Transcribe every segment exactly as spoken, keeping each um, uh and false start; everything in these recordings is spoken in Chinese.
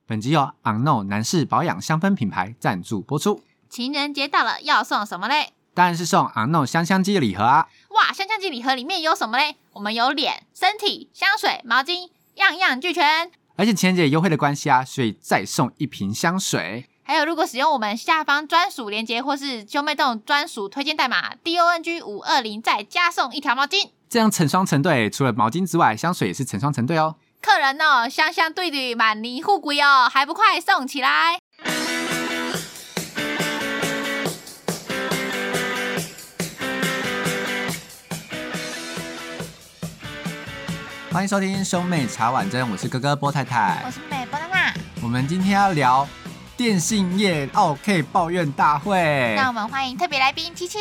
本集由 Unknown 男士保养香氛品牌赞助播出。 情人节到了，要送什么嘞？ 当然是送 Unknown 香香机的礼盒啊！ 哇，香香机礼盒里面有什么嘞？我们有脸、身体、香水、毛巾，样样俱全。 而且情人节优惠的关系啊，所以再送一瓶香水。 还有，如果使用我们下方专属链接或是兄妹洞专属推荐代码 D O N G 五二零，再加送一条毛巾， 这样成双成对。除了毛巾之外，香水也是成双成对哦。 客人哦，香香对对，满泥护贵哦，还不快送起来！ 欢迎收听兄妹茶碗蒸，我是哥哥波太太， 我是妹波娜娜。 我们今天要聊电信业 OK 抱怨大会。 那我们欢迎特别来宾七七。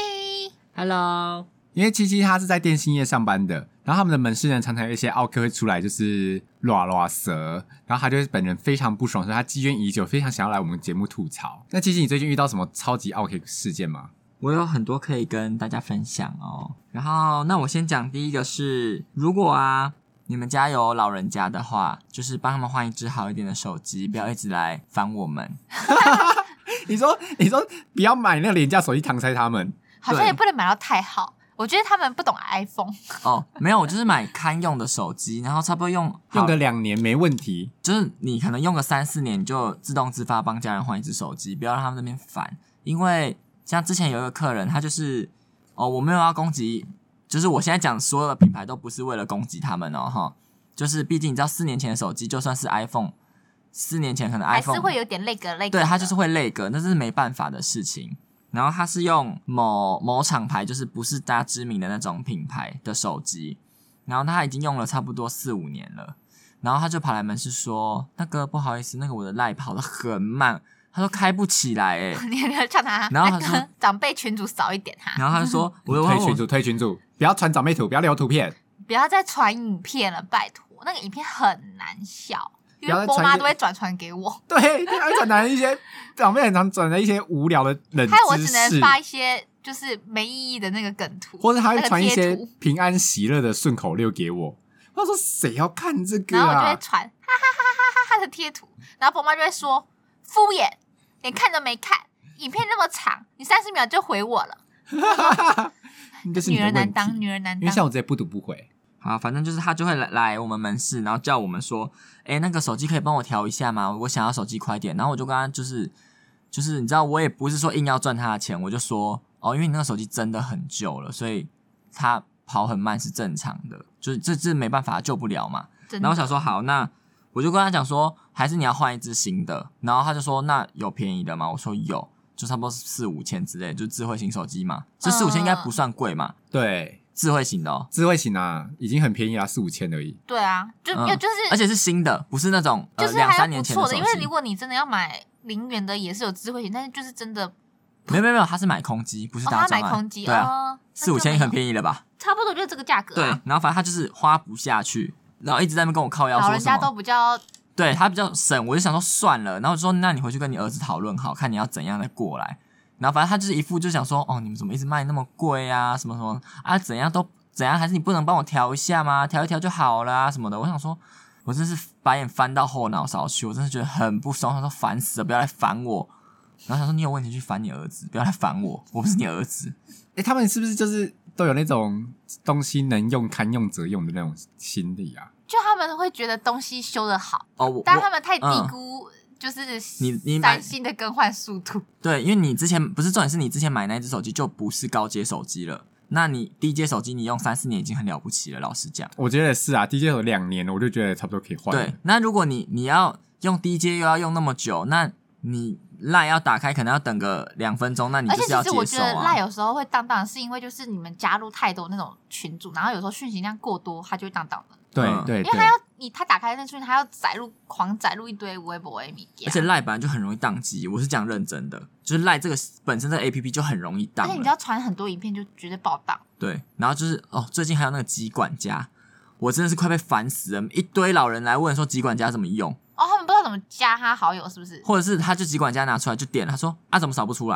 Hello， 因为七七他是在电信业上班的，然后他们的门市人常常有一些奥客会出来，就是啰啰舌，然后他就是本人非常不爽，所以他积怨已久，非常想要来我们节目吐槽。那七七，你最近遇到什么超级奥客事件吗？ 我有很多可以跟大家分享哦。然后，那我先讲第一个是，如果啊你们家有老人家的话，就是帮他们换一支好一点的手机，不要一直来烦我们。 你说，你说不要买那个廉价手机搪塞他们， 好像也不能买到太好。我觉得他们不懂 iPhone 哦，没有，我就是买堪用的手机，然后差不多用用个两年没问题。 就是你可能用个三四年，你就自动自发帮家人换一只手机，不要让他们那边烦。因为像之前有一个客人，他就是哦，我没有要攻击，就是我现在讲所有的品牌都不是为了攻击他们哦，哈，就是毕竟你知道，四年前的手机就算是 iPhone， 四年前可能 iPhone 还是会有点 lag lag， 对，它就是会 lag， 那是没办法的事情。然后他是用某某厂牌，就是不是大家知名的那种品牌的手机，然后他已经用了差不多四五年了，然后他就跑来门市说，那个不好意思，那个我的 LINE 跑得很慢，他说开不起来诶、欸、 你要叫他， 然后他说、那个、 长辈群组少一点哈， 然后他就说我推群组推群组，不要传长辈图，不要留图片， 不要再传影片了，拜托，那个影片很难笑。因为波妈都会转传给我， 对，他会转传一些长辈很常转的一些无聊的冷知识， 害我只能发一些就是没意义的那个梗图， 或者他会传一些平安喜乐的顺口溜给我。我说谁要看这个啊？ 然后我就会传哈哈哈哈哈哈的贴图，然后波妈就会说敷衍，连看都没看，影片那么长，你三十秒就回我了。女儿难当，女儿难当。 因为像我直接不读不回。 好，反正就是他就会来来我们门市，然后叫我们说，诶，那个手机可以帮我调一下吗？我想要手机快点。然后我就跟他就是就是你知道，我也不是说硬要赚他的钱，我就说哦，因为你那个手机真的很旧了，所以它跑很慢是正常的，就是这这没办法，救不了嘛。然后我想说好，那我就跟他讲说，还是你要换一支新的。然后他就说，那有便宜的吗？我说有，就差不多四五千之类，就智慧型手机嘛，这四五千应该不算贵嘛。 对。 智慧型的哦， 智慧型啊，已经很便宜啦，四五千而已。 对啊，就、嗯、就是， 而且是新的，不是那种就是两、呃、三年前的手机。 因为如果你真的要买零元的，也是有智慧型，但是就是真的没有没有没有，他是买空机，不是打专案。 哦、他买空机， 对啊，四五千很便宜了吧？ 差不多就是这个价格、啊。 对，然后反正他就是花不下去，然后一直在那边跟我靠腰说什么， 老人家都比较， 对他比较省，我就想说算了，然后我就说那你回去跟你儿子讨论好，看你要怎样的过来。然后反正他就是一副就想说，哦，你们怎么一直卖那么贵啊？什么什么啊？怎样都。怎样？还是你不能帮我调一下吗？调一调就好啦、啊、什么的。我想说，我真是把眼翻到后脑勺去，我真的觉得很不爽。我想说烦死了，不要来烦我。然后想说你有问题去烦你儿子，不要来烦我，我不是你儿子。 欸，他们是不是就是都有那种东西能用堪用则用的那种心理啊？ 就他们会觉得东西修得好哦， 但他们太低估、嗯、就是你你三星的更换速度。 对，因为你之前不是重点是你之前买那只手机就不是高阶手机了。那你低阶手机你用三四年已经很了不起了，老实讲。 我觉得是啊，低阶有两年了，我就觉得差不多可以换了。 对，那如果你你要用低阶又要用那么久，那你 LINE 要打开可能要等个两分钟，那你就是要接受啊。 而且其实我觉得 LINE 有时候会当当，是因为就是你们加入太多那种群组，然后有时候讯息量过多，它就会当当的。 对对， 因为他要你他打开那讯息，他要载入狂载入一堆微博 A P P， 而且 LINE 本来就很容易宕机，我是讲认真的，就是 LINE 这个本身的 A P P 就很容易宕， 而且你要传很多影片就绝对爆档。 对，然后就是哦，最近还有那个疾管家，我真的是快被烦死了，一堆老人来问说疾管家怎么用。 哦，他们不知道怎么加他好友是不是？ 或者是他就疾管家拿出来就点了，他说啊怎么扫不出来？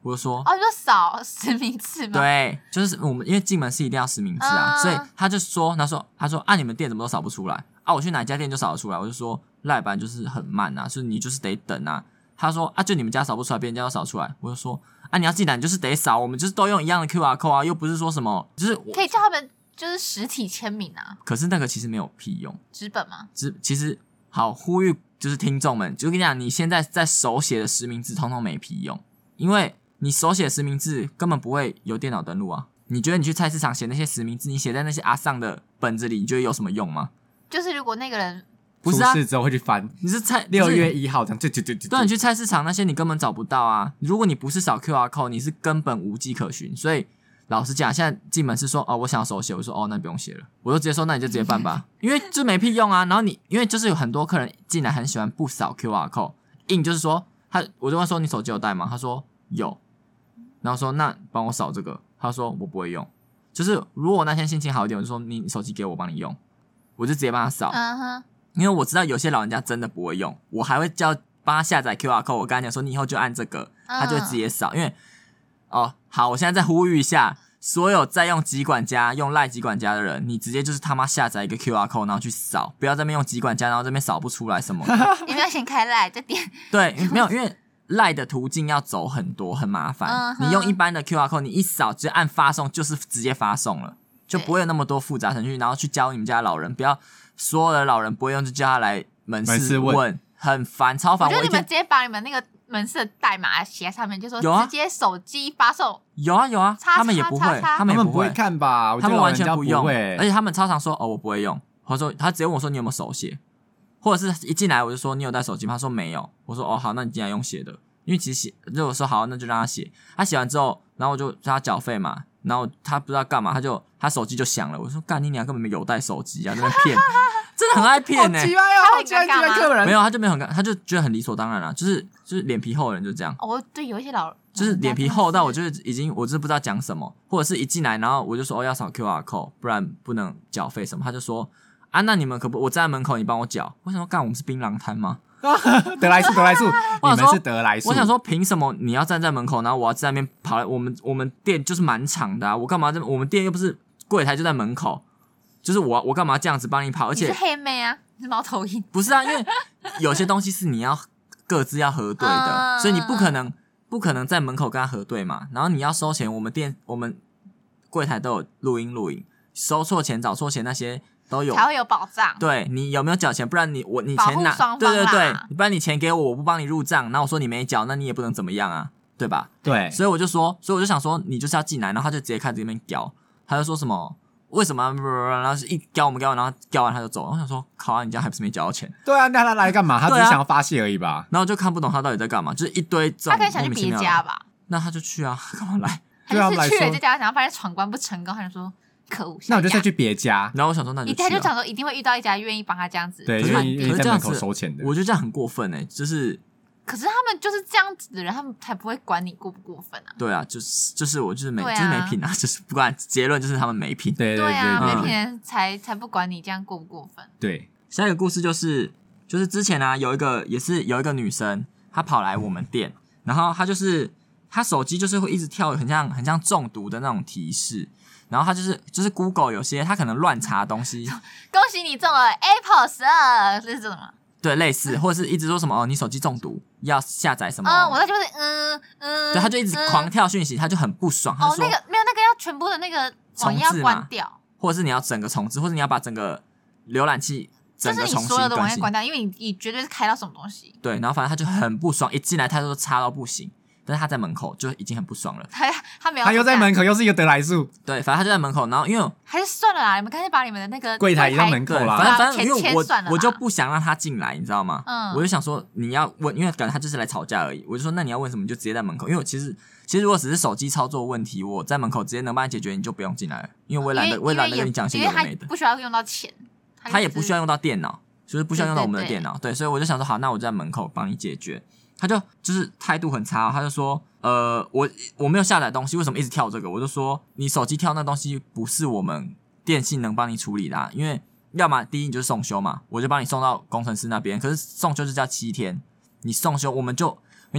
我就说哦，就扫实名制吗？ 对，就是我们因为进门是一定要实名制啊， 嗯、 所以他就说，他说他说啊，你们店怎么都扫不出来啊？我去哪家店就扫得出来，我就说赖班就是很慢啊，所以你就是得等啊。他说啊，就你们家扫不出来，别人家都扫出来。我就说啊，你要进来你就是得扫，我们就是都用一样的 Q R code 啊，又不是说什么，就是我可以叫他们就是实体签名啊。 可是那个其实没有屁用， 纸本吗？ 只其实好呼吁就是听众们，就跟你讲，你现在在手写的实名制通通没屁用，因为你手写实名制根本不会有电脑登录啊。你觉得你去菜市场写那些实名制，你写在那些阿桑的本子里，你觉得有什么用吗？ 就是如果那个人不是啊， 出事之后会去翻。 你是菜六月一号这样，就就就就。 对，你去菜市场那些你根本找不到啊。如果你不是扫 Q R code， 你是根本无迹可寻。所以老实讲，现在进门是说哦，我想要手写，我说哦，那不用写了，我就直接说那你就直接办吧，因为这没屁用啊。然后你因为就是有很多客人进来很喜欢不扫 Q R code， 硬就是说他，我就问说你手机有带吗？他说有，然后说那帮我扫这个，他说我不会用。就是如果我那天心情好一点，我就说你手机给我，我帮你用，我就直接帮他扫。 嗯哼， 因为我知道有些老人家真的不会用，我还会叫帮他下载 Q R code， 我跟他讲说你以后就按这个，他就会直接扫。因为哦好，我现在再呼吁一下，所有在用集管家、用赖集管家的人，你直接就是他妈下载一个 Q R code， 然后去扫，不要在那边用集管家，然后这边扫不出来什么。 你们要先开赖再点。 对，没有，因为赖的途径要走很多，很麻烦。 嗯、 你用一般的 Q R code， 你一扫直接按发送，就是直接发送了，就不会有那么多复杂程序，然后去教你们家的老人，不要所有的老人不会用，就叫他来门市问，问很烦，超烦。 我觉得你们直接把你们那个门市的代码写在上面，就说直接手机发送。 有啊有啊，他们也不会，他们也不会看吧？ 他们完全不用， 而且他们超常说哦我不会用，或者说他直接问我说你有没有手写，或者是一进来我就说你有带手机吗？他说没有，我说哦好，那你进来用写的，因为其实写，如果说好那就让他写，他写完之后，然后我就让他缴费嘛，然后他不知道干嘛，他就他手机就响了，我说干你娘根本没有带手机啊，在那边骗。真的很爱骗呢、欸， 好奇怪哦，好奇怪客人没有，他就没有很，他就觉得很理所当然啊，就是就是脸皮厚的人就这样。 哦，对，有一些老就是脸皮厚到我就是已经我就是不知道讲什么，或者是一进来然后我就说哦要扫 Q R code， 不然不能缴费什么，他就说啊那你们可不我站在门口你帮我缴，为什么干我们是槟榔摊吗？ 得来速得来速，你们是得来速。 我想说凭什么你要站在门口，然后我要在那边跑来，我们我们店就是蛮长的啊，我干嘛在我们店又不是柜台就在门口。就是我，我干嘛这样子帮你跑？而且你是黑妹啊，你是猫头鹰？ 不是啊，因为有些东西是你要各自要核对的，所以你不可能不可能在门口跟他核对嘛。然后你要收钱，我们店我们柜台都有录音录影，收错钱找错钱那些都有， 才会有保障。 对你有没有缴钱？不然你我你钱拿，对对对，不然你钱给我，我不帮你入账，然后我说你没缴，那你也不能怎么样啊，对吧？ 对， 所以我就说，所以我就想说，你就是要进来，然后他就直接开始这边屌，他就说什么。为什么？然后一教我们教，然后教完他就走。我想说，靠啊，你家还不是没交到钱？ 对啊，那他来干嘛？他只是想要发泄而已吧。 然后就看不懂他到底在干嘛，就是一堆这种。 他可能想去别家吧？ 那他就去啊，干嘛来？ 他就是去了这家，然后发现闯关不成功，他就说可恶。 那我就再去别家。 然后我想说，那你他就想说一定会遇到一家愿意帮他这样子， 对，愿意在门口收钱的。 我觉得这样很过分哎、欸，就是。 可是他们就是这样子的人，他们才不会管你过不过分啊。 对啊，就是就是我就是没、 啊、 就是没品啊，就是不管结论就是他们没品。 对对 对, 对, 对啊， 嗯、 没品人才才不管你这样过不过分。 对， 下一个故事就是就是之前啊有一个也是有一个女生，她跑来我们店，然后她就是她手机就是会一直跳很像很像中毒的那种提示。然后他就是就是 Google 有些他可能乱查东西， 恭喜你中了 Apple 十二，这是什么？ 对，类似或者是一直说什么哦，你手机中毒要下载什么？ 嗯，我那就是嗯嗯， 对，他就一直狂跳讯息，嗯、他就很不爽。他就说哦，那个没有那个要全部的那个网页要关掉， 或者是你要整个重置，或者你要把整个浏览器整个重新更新， 就是你所有的网页关掉，因为你你绝对是开到什么东西。 对，然后反正他就很不爽，一进来他就差到不行。但是他在门口就已经很不爽了， 他他没有， 他又在门口，又是一个得来速。 对，反正他就在门口，然后因为还是算了啦，你们干脆把你们的那个柜台移到门口啦。 反正反正因为我我就不想让他进来，你知道吗？嗯，我就想说你要问，因为感觉他就是来吵架而已。我就说那你要问什么，你就直接在门口，因为我其实其实如果只是手机操作问题，我在门口直接能帮你解决，你就不用进来了，因为我懒得我懒得跟你讲些有的没的。 不需要用到钱， 他也不需要用到电脑，就是不需要用到我们的电脑。对，所以我就想说好，那我就在门口帮你解决。他就就是态度很差、哦，他就说，呃，我我没有下载东西，为什么一直跳这个？我就说，你手机跳那东西不是我们电信能帮你处理的、啊，因为要么第一你就是送修嘛，我就帮你送到工程师那边，可是送修就叫七天，你送修我们就我跟你讲，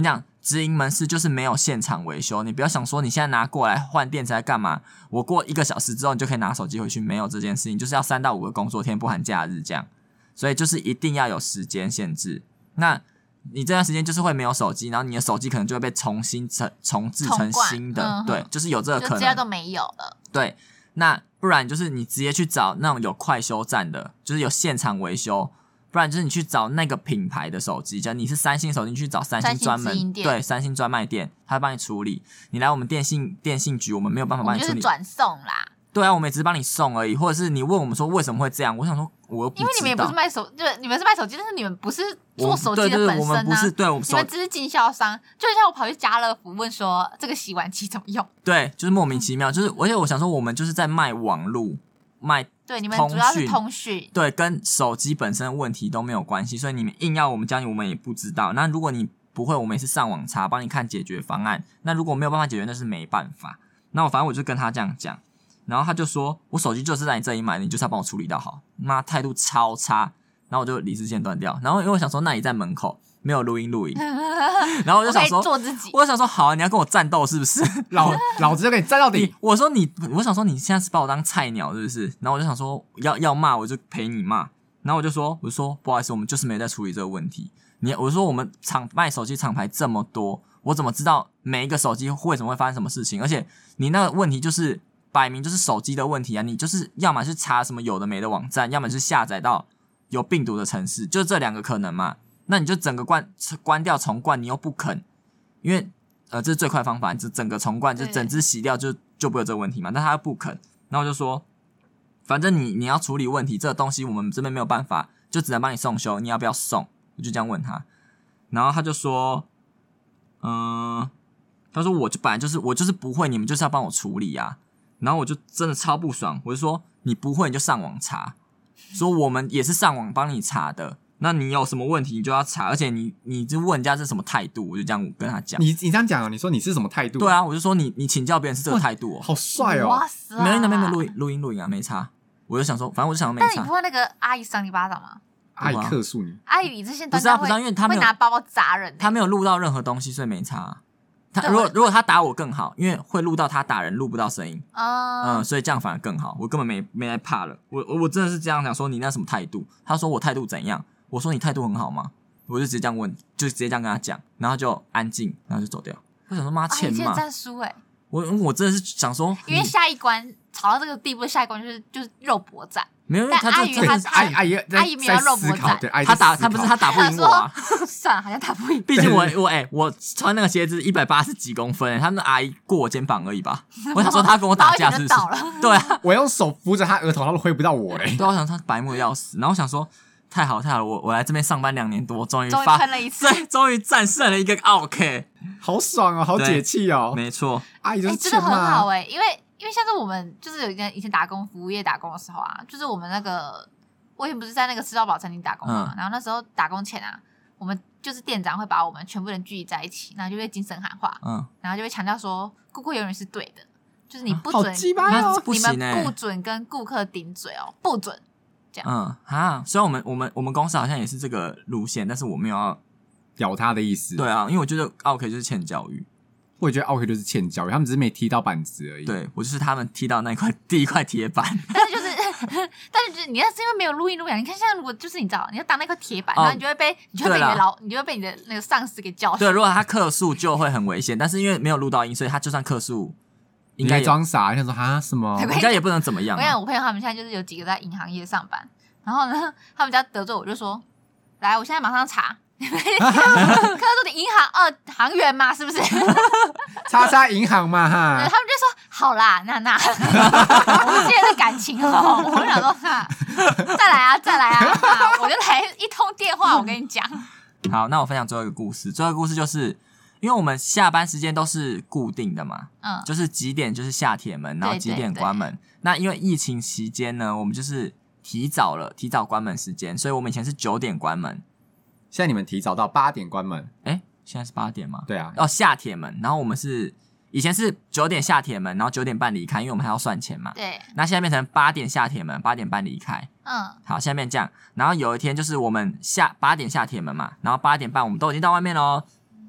直营门市就是没有现场维修，你不要想说你现在拿过来换电池来干嘛，我过一个小时之后你就可以拿手机回去，没有这件事情，就是要三到五个工作天，不含假日这样，所以就是一定要有时间限制。那你这段时间就是会没有手机，然后你的手机可能就会被重新重重置成新的， 嗯、 对，就是有这个可能， 就这样都没有了。 对，那不然就是你直接去找那种有快修站的，就是有现场维修。不然就是你去找那个品牌的手机，假如你是三星手机，你去找三星专门对三星专卖店，他会帮你处理。你来我们电信电信局，我们没有办法帮你处理， 我们就是转送啦。 对啊，我们也只是帮你送而已，或者是你问我们说为什么会这样，我想说我又不知道， 因为你们也不是卖手，就是你们是卖手机，但是你们不是做手机的本身啊。 对对对，我们不是，对，我们你们只是经销商。就像我跑去家乐福问说这个洗碗机怎么用， 对，就是莫名其妙，就是而且我想说我们就是在卖网路卖。 对，你们主要是通讯， 对，跟手机本身的问题都没有关系，所以你们硬要我们教你，我们也不知道。那如果你不会，我们也是上网查，帮你看解决方案。那如果没有办法解决，那是没办法。那我反正我就跟他这样讲，然后他就说，我手机就是在你这里买的，你就是要帮我处理到好。妈，态度超差，然后我就理智线断掉。然后因为我想说，那你在门口。没有录音录影，然后我就想说， 我做自己， 我就想说，好啊，你要跟我战斗是不是？ 老老子就跟你战到底。 我说你，我想说你现在是把我当菜鸟是不是？然后我就想说，要要骂我就陪你骂。然后我就说，我就说不好意思，我们就是没在处理这个问题。你我说我们厂卖手机厂牌这么多，我怎么知道每一个手机为什么会发生什么事情？而且你那个问题就是摆明就是手机的问题啊！你就是要么是查什么有的没的网站，要么是下载到有病毒的程式，就这两个可能嘛。那你就整个关关掉重灌，你又不肯，因为呃这是最快的方法，你就整个重灌，就整只洗掉就就不会有这个问题嘛。但他又不肯，然后我就说，反正你你要处理问题，这个东西我们这边没有办法，就只能帮你送修，你要不要送？我就这样问他，然后他就说，嗯、呃，他说我就本来就是我就是不会，你们就是要帮我处理啊。然后我就真的超不爽，我就说你不会你就上网查，说我们也是上网帮你查的。那你有什么问题你就要查，而且你你就问人家是什么态度，我就这样跟他讲。 你你这样讲哦，你说你是什么态度？ 对啊，我就说你你请教别人是这个态度哦， 好帅哦！ 哇塞， 没有那边没有录音录音录音啊，没差。我就想说，反正我就想没差。 但是你不会那个阿姨赏你巴掌吗？ 阿姨客诉你， 阿姨理智线不是啊，不是啊，因为他没有会拿包包砸人、欸， 他没有录到任何东西，所以没差、啊。他如果如果他打我更好，因为会录到他打人，录不到声音。 嗯嗯，所以这样反而更好。我根本没没来怕了。我我真的是这样讲说，你那什么态度？他说我态度怎样？我说你态度很好吗？我就直接这样问，就直接这样跟他讲，然后就安静，然后就走掉。我想说妈欠骂， 战书哎！ 我我真的是想说， 因为下一关吵到这个地步，下一关就是就是肉搏战。 没有，因为他阿姨他阿姨阿姨阿姨没有肉搏战， 对， 他打他不是他打不赢我啊。 算了，好像打不赢。 毕竟我我哎、欸，我穿那个鞋子一百八十几公分、欸，他们的阿姨过我肩膀而已吧。我想说他跟我打架是不是？对啊， 我用手扶着他额头，他都挥不到我嘞。 对，我想他白目的要死，然后我想说。太好太好了，我我来这边上班两年多，终于发喷了一次， 对，终于战胜了一个 OK， 好爽哦，好解气哦， 没错， 阿姨就是真的很好哎、欸，因为因为像是我们就是有一个以前打工服务业打工的时候啊，就是我们那个我以前不是在那个吃到饱餐厅打工嘛、嗯，然后那时候打工前啊，我们就是店长会把我们全部人聚集在一起，然后就会精神喊话，嗯，然后就会强调说顾客永远是对的，就是你不准， 好鸡巴哦， 你们不准跟顾客顶嘴哦，不准。 嗯啊，虽然我们我们我们公司好像也是这个路线，但是我没有要屌他的意思。 对啊，因为我觉得 OK 就是欠教育， 我也觉得 OK 就是欠教育，他们只是没踢到板子而已。 对，我就是他们踢到那块第一块铁板。 但是就是，但是就是你那是因为没有录音录影。你看现在如果就是你知道，你要当那块铁板、哦，然后你就会被你就会被你的老，你就会被你的那个上司给叫。 对，如果他客诉就会很危险，但是因为没有录到音，所以他就算客诉。 应该装傻，你想说哈什么？ 应该也不能怎么样、啊。 我跟你讲，我朋友他们现在就是有几个在银行业上班，然后呢，他们家得罪我就说，来，我现在马上查，客诉的银行呃行员嘛，是不是？ 叉叉银行嘛哈。 他们就说好啦，娜娜，我们之间的感情哦，我想说哈，再来啊，再来啊，我就来一通电话，我跟你讲。 好，那我分享最后一个故事，最后一个故事就是。因为我们下班时间都是固定的嘛，嗯，就是几点就是下铁门，然后几点关门。对对对，那因为疫情期间呢，我们就是提早了，提早关门时间，所以我们以前是九点关门， 现在你们提早到八点关门。 诶，现在是八点吗？ 对啊， 要下铁门，然后我们是以前是九点下铁门，然后九点半离开，因为我们还要算钱嘛。 对。 那现在变成八点下铁门，八点半离开。嗯。好，现在变这样。然后有一天就是我们下八点下铁门嘛，然后八点半我们都已经到外面咯。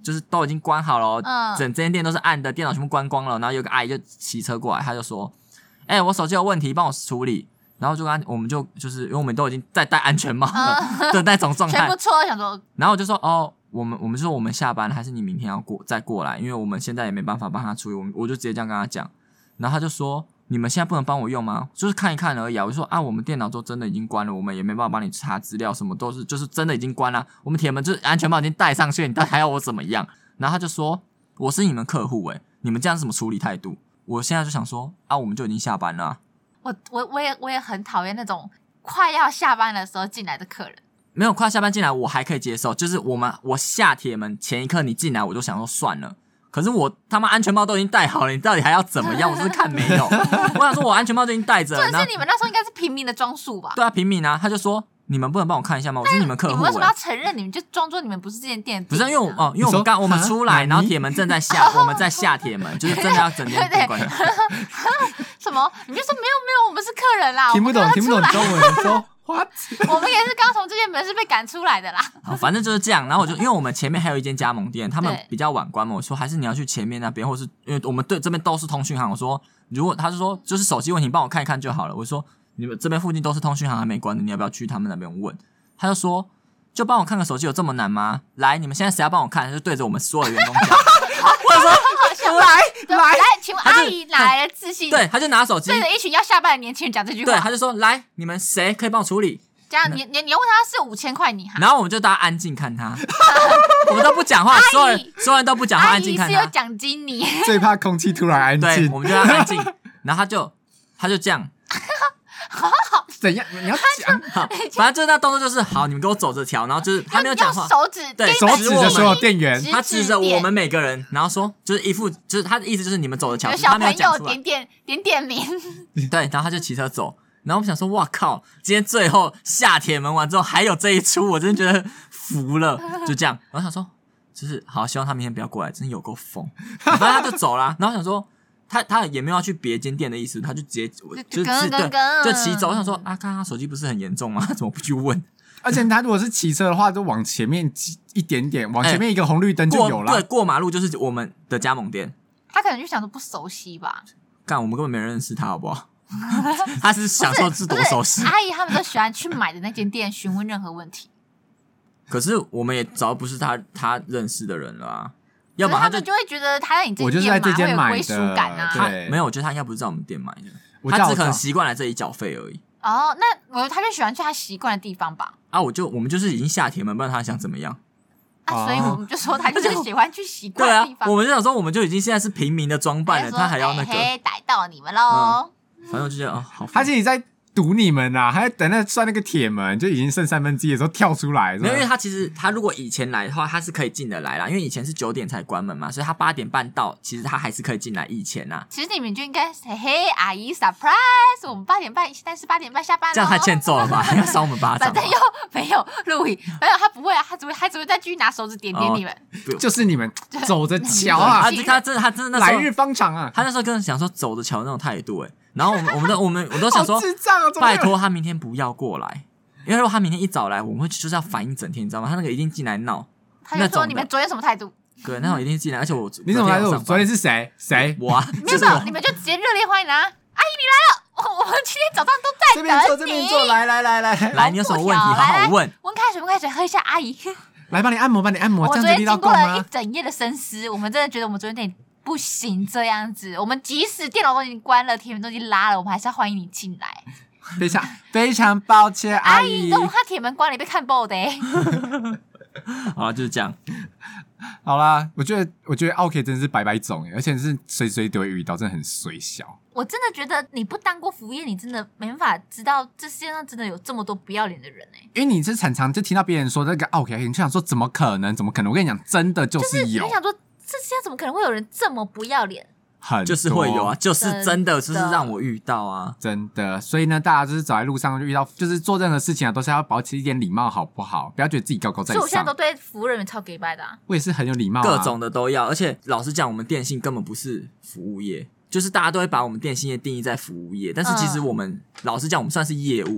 就是都已经关好了， 嗯， 整间店都是暗的，电脑全部关光了。然后有个阿姨就骑车过来，她就说：“哎、欸，我手机有问题，帮我处理。”然后就跟我们就就是因为我们都已经在戴安全帽了，嗯、的那种状态， 全部错想说。 然后我就说：“哦，我们我们就说我们下班了，还是你明天要过再过来？因为我们现在也没办法帮他处理。”我我就直接这样跟他讲。然后他就说：“你们现在不能帮我用吗？就是看一看而已啊。”我就说：“啊，我们电脑都真的已经关了，我们也没办法帮你查资料，什么都是就是真的已经关了。我们铁门就是安全帽已经戴上去，你到底还要我怎么样？”然后他就说：“我是你们客户诶、欸，你们这样是什么处理态度？”我现在就想说：“啊，我们就已经下班了、啊。” 我我我也我也很讨厌那种快要下班的时候进来的客人。 没有快下班进来，我还可以接受。就是我们我下铁门前一刻你进来，我就想说算了。可是我他妈安全帽都已经戴好了，你到底还要怎么样？我是看没有。我想说我安全帽都已经戴着。 重点是你们那时候应该是平民的装束吧？ 对啊，平民啊。他就说你们不能帮我看一下吗？我是你们客户、欸。 你们为什么要承认？你们就装作你们不是这间店、啊？ 不是因为我哦，因为我们刚我们出来，然后铁门正在下，我们在下铁门，就是真的要整间店关掉。 什么？你就说没有没有，我们是客人啦， 听不懂听不懂中文说。What？ 我们也是刚从这间门是被赶出来的啦。 好，反正就是这样。然后我就因为我们前面还有一间加盟店，他们比较晚关嘛，我说还是你要去前面那边，或是因为我们对这边都是通讯行。我说如果他就说就是手机问题，帮我看一看就好了。我说你们这边附近都是通讯行还没关的，你要不要去他们那边问？他就说就帮我看个手机有这么难吗？来，你们现在谁要帮我看？他就对着我们所有的员工讲。我说来来来，请问阿姨哪来的自信？ 对，他就拿手机对着一群要下班的年轻人讲这句话。 对，他就说来，你们谁可以帮我处理？ 这样你你你问他是五千块你还？ 然后我们就大家安静看他，我们都不讲话，所有人所有人都不讲话，安静看他。 阿姨是有奖金你。 最怕空气突然安静。 对，我们就要安静。然后他就他就这样。 好好， 怎样？你要讲好，反正就是那动作就是好，你们给我走着瞧，然后就是他没有讲话， 手指对手指着所有店员， 他指着我们每个人，然后说就是一副就是他的意思就是你们走着瞧， 小朋友点点点点名， 对，然后他就骑车走，然后我们想说哇靠，今天最后下铁门完之后还有这一出，我真的觉得服了，就这样，然后想说就是好，希望他明天不要过来，真的有够疯，反正他就走了，然后想说。他他也没有要去别间店的意思，他就直接就是对就骑走。我想说啊，看他手机不是很严重吗？怎么不去问？ 而且他如果是骑车的话，就往前面一点点，往前面一个红绿灯就有了。 欸、对，过马路就是我们的加盟店。 他可能就想说不熟悉吧？ 干，我们根本没认识他，好不好？他是想说是多熟悉。 阿姨他们都喜欢去买的那间店询问任何问题。 可是我们也早不是他他认识的人了啊。要不然他们就会觉得他在你这间店买会有归属感啊。 对，没有，我觉得他应该不是在我们店买的，他只可能习惯来这里缴费而已。 哦，那我他就喜欢去他习惯的地方吧。 啊，我就我们就是已经下铁门，不然他想怎么样？ 啊，所以我们就说他就是喜欢去习惯的地方。 对啊，我们就想说，我们就已经现在是平民的装扮了，他还要那个， 嘿，逮到你们喽、 嗯！反正我就觉得哦，好， 他自己在。堵你们啊，还在等那算那个铁门，就已经剩三分之一的时候跳出来。 没有，因为他其实他如果以前来的话，他是可以进得来啦，因为以前是九点才关门嘛，所以他八点半到，其实他还是可以进来。以前啊， 其实你们就应该嘿嘿，阿姨 surprise， 我们八点半，现在是八点半下班了， 这样太欠揍了吧？要扇我们巴掌。 反正又没有录影，没有他不会啊，他只会他只会再继续拿手指点点你们， 哦、就是你们走着瞧啊， 他他真的他真的那时候来日方长啊， 他那时候跟人讲说走着瞧那种态度哎、欸。然后我们我们都我们我都想说， 智障啊、 拜托他明天不要过来，因为如果他明天一早来，我们会就是要反应整天，你知道吗？他那个一定进来闹， 他就说你们昨天什么态度？ 对，那种一定进来，而且我你怎么态度？昨天是谁？谁？ 我啊， 没有没有，你们就直接热烈欢迎啊！阿姨你来了，我们今天早上都在等你。 这边坐，这边坐，来来来来来，你有什么问题好好问。 温开水，温开水，喝一下，阿姨。 来帮你按摩，帮你按摩。 我昨天经过了一一整夜的深思，我们真的觉得我们昨天那。不行，这样子，我们即使电脑都已经关了，铁门都已经拉了，我们还是要欢迎你进来。 非常非常抱歉，阿姨， 等我看铁门关了，你被看爆的、欸。 好，就是这样。 好啦，我觉得我觉得 OK 真的是百百种，而且是随随都会遇到，真的很随小。 我真的觉得你不当过服务业，你真的没办法知道这世界上真的有这么多不要脸的人哎、欸。 因为你是常常就听到别人说那个 OK， 你就想说怎么可能？怎么可能？我跟你讲，真的就是有。 就是、你想说这世界上怎么可能会有人这么不要脸？ 很就是会有啊，就是真的，就是让我遇到啊， 真的。所以呢，大家就是走在路上就遇到，就是做任何事情啊，都是要保持一点礼貌，好不好？不要觉得自己高高在上。 所以我现在都对服务人员超给拜的、啊。 我也是很有礼貌、啊， 各种的都要。而且老实讲，我们电信根本不是服务业，就是大家都会把我们电信业定义在服务业，但是其实我们、嗯、老实讲，我们算是业务。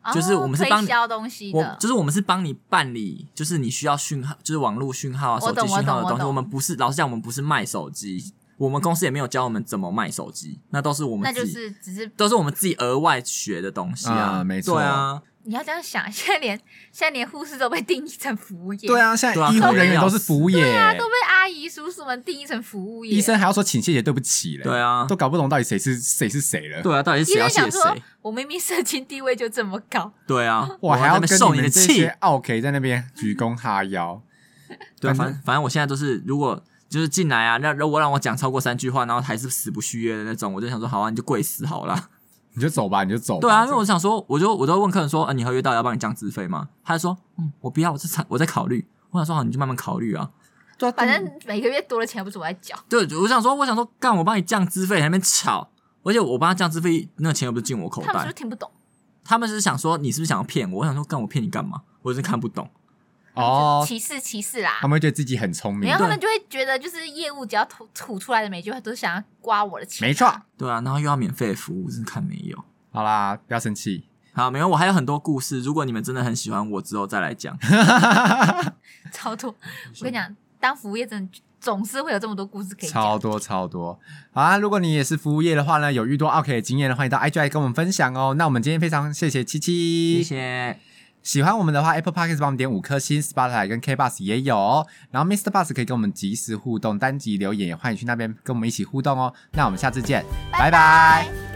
就是我们是帮你推销东西的， 我就是我们是帮你办理，就是你需要讯号，就是网络讯号啊、手机讯号的东西。我们不是，老实讲，我们不是卖手机，我们公司也没有教我们怎么卖手机，那都是我们自己， 那就是只是都是我们自己额外学的东西啊， 嗯、没错， 对啊。 你要这样想，现在连现在连护士都被定义成服务业， 对啊，现在医护人员都是服务业， 对啊，都被阿姨叔叔们定义成服务业， 医生还要说请谢谢对不起嘞， 对啊， 都搞不懂到底谁是谁是谁了， 对啊，到底是谁要谢谁？ 我明明社经地位就这么高， 对啊， 我还要跟受你的气 ，OK， 在那边鞠躬哈腰， 对，反正反正我现在都是如果。就是进来啊，让如果让我讲超过三句话，然后还是死不续约的那种，我就想说，好啊，你就跪死好了， 你就走吧，你就走吧。 对啊，因为我想说，我就我都问客人说，啊，你合约到底要帮你降资费吗？他就说，嗯，我不要，我在我在考虑。我想说，好，你就慢慢考虑啊。 对啊，反正每个月多的钱不是我在缴。 对，我想说，我想说，干，我帮你降资费，还在那边吵，而且我帮他降资费，那个钱又不是进我口袋。 他们是不是听不懂？ 他们是想说，你是不是想要骗我？我想说，干，我骗你干嘛？我真看不懂。 哦， 歧视歧视啦！ 他们会觉得自己很聪明， 然后他们就会觉得，就是业务只要吐吐出来的每句话都是想要刮我的钱、啊。 没错， 对啊，然后又要免费的服务，真的看没有。 好啦，不要生气。 好，没有，我还有很多故事，如果你们真的很喜欢我，之后再来讲。 超多，我跟你讲，当服务业真的总是会有这么多故事可以讲， 超多超多。好啊，如果你也是服务业的话呢，有遇到 OK 的经验的，欢迎到 I G 来跟我们分享哦。那我们今天非常谢谢七七， 谢谢。 喜欢我们的话 Apple Podcast 帮我们点五颗星， Spotify 跟 K Bus 也有哦。然后 Mister Bus 可以跟我们即时互动，单集留言也欢迎去那边跟我们一起互动哦。那我们下次见，拜拜。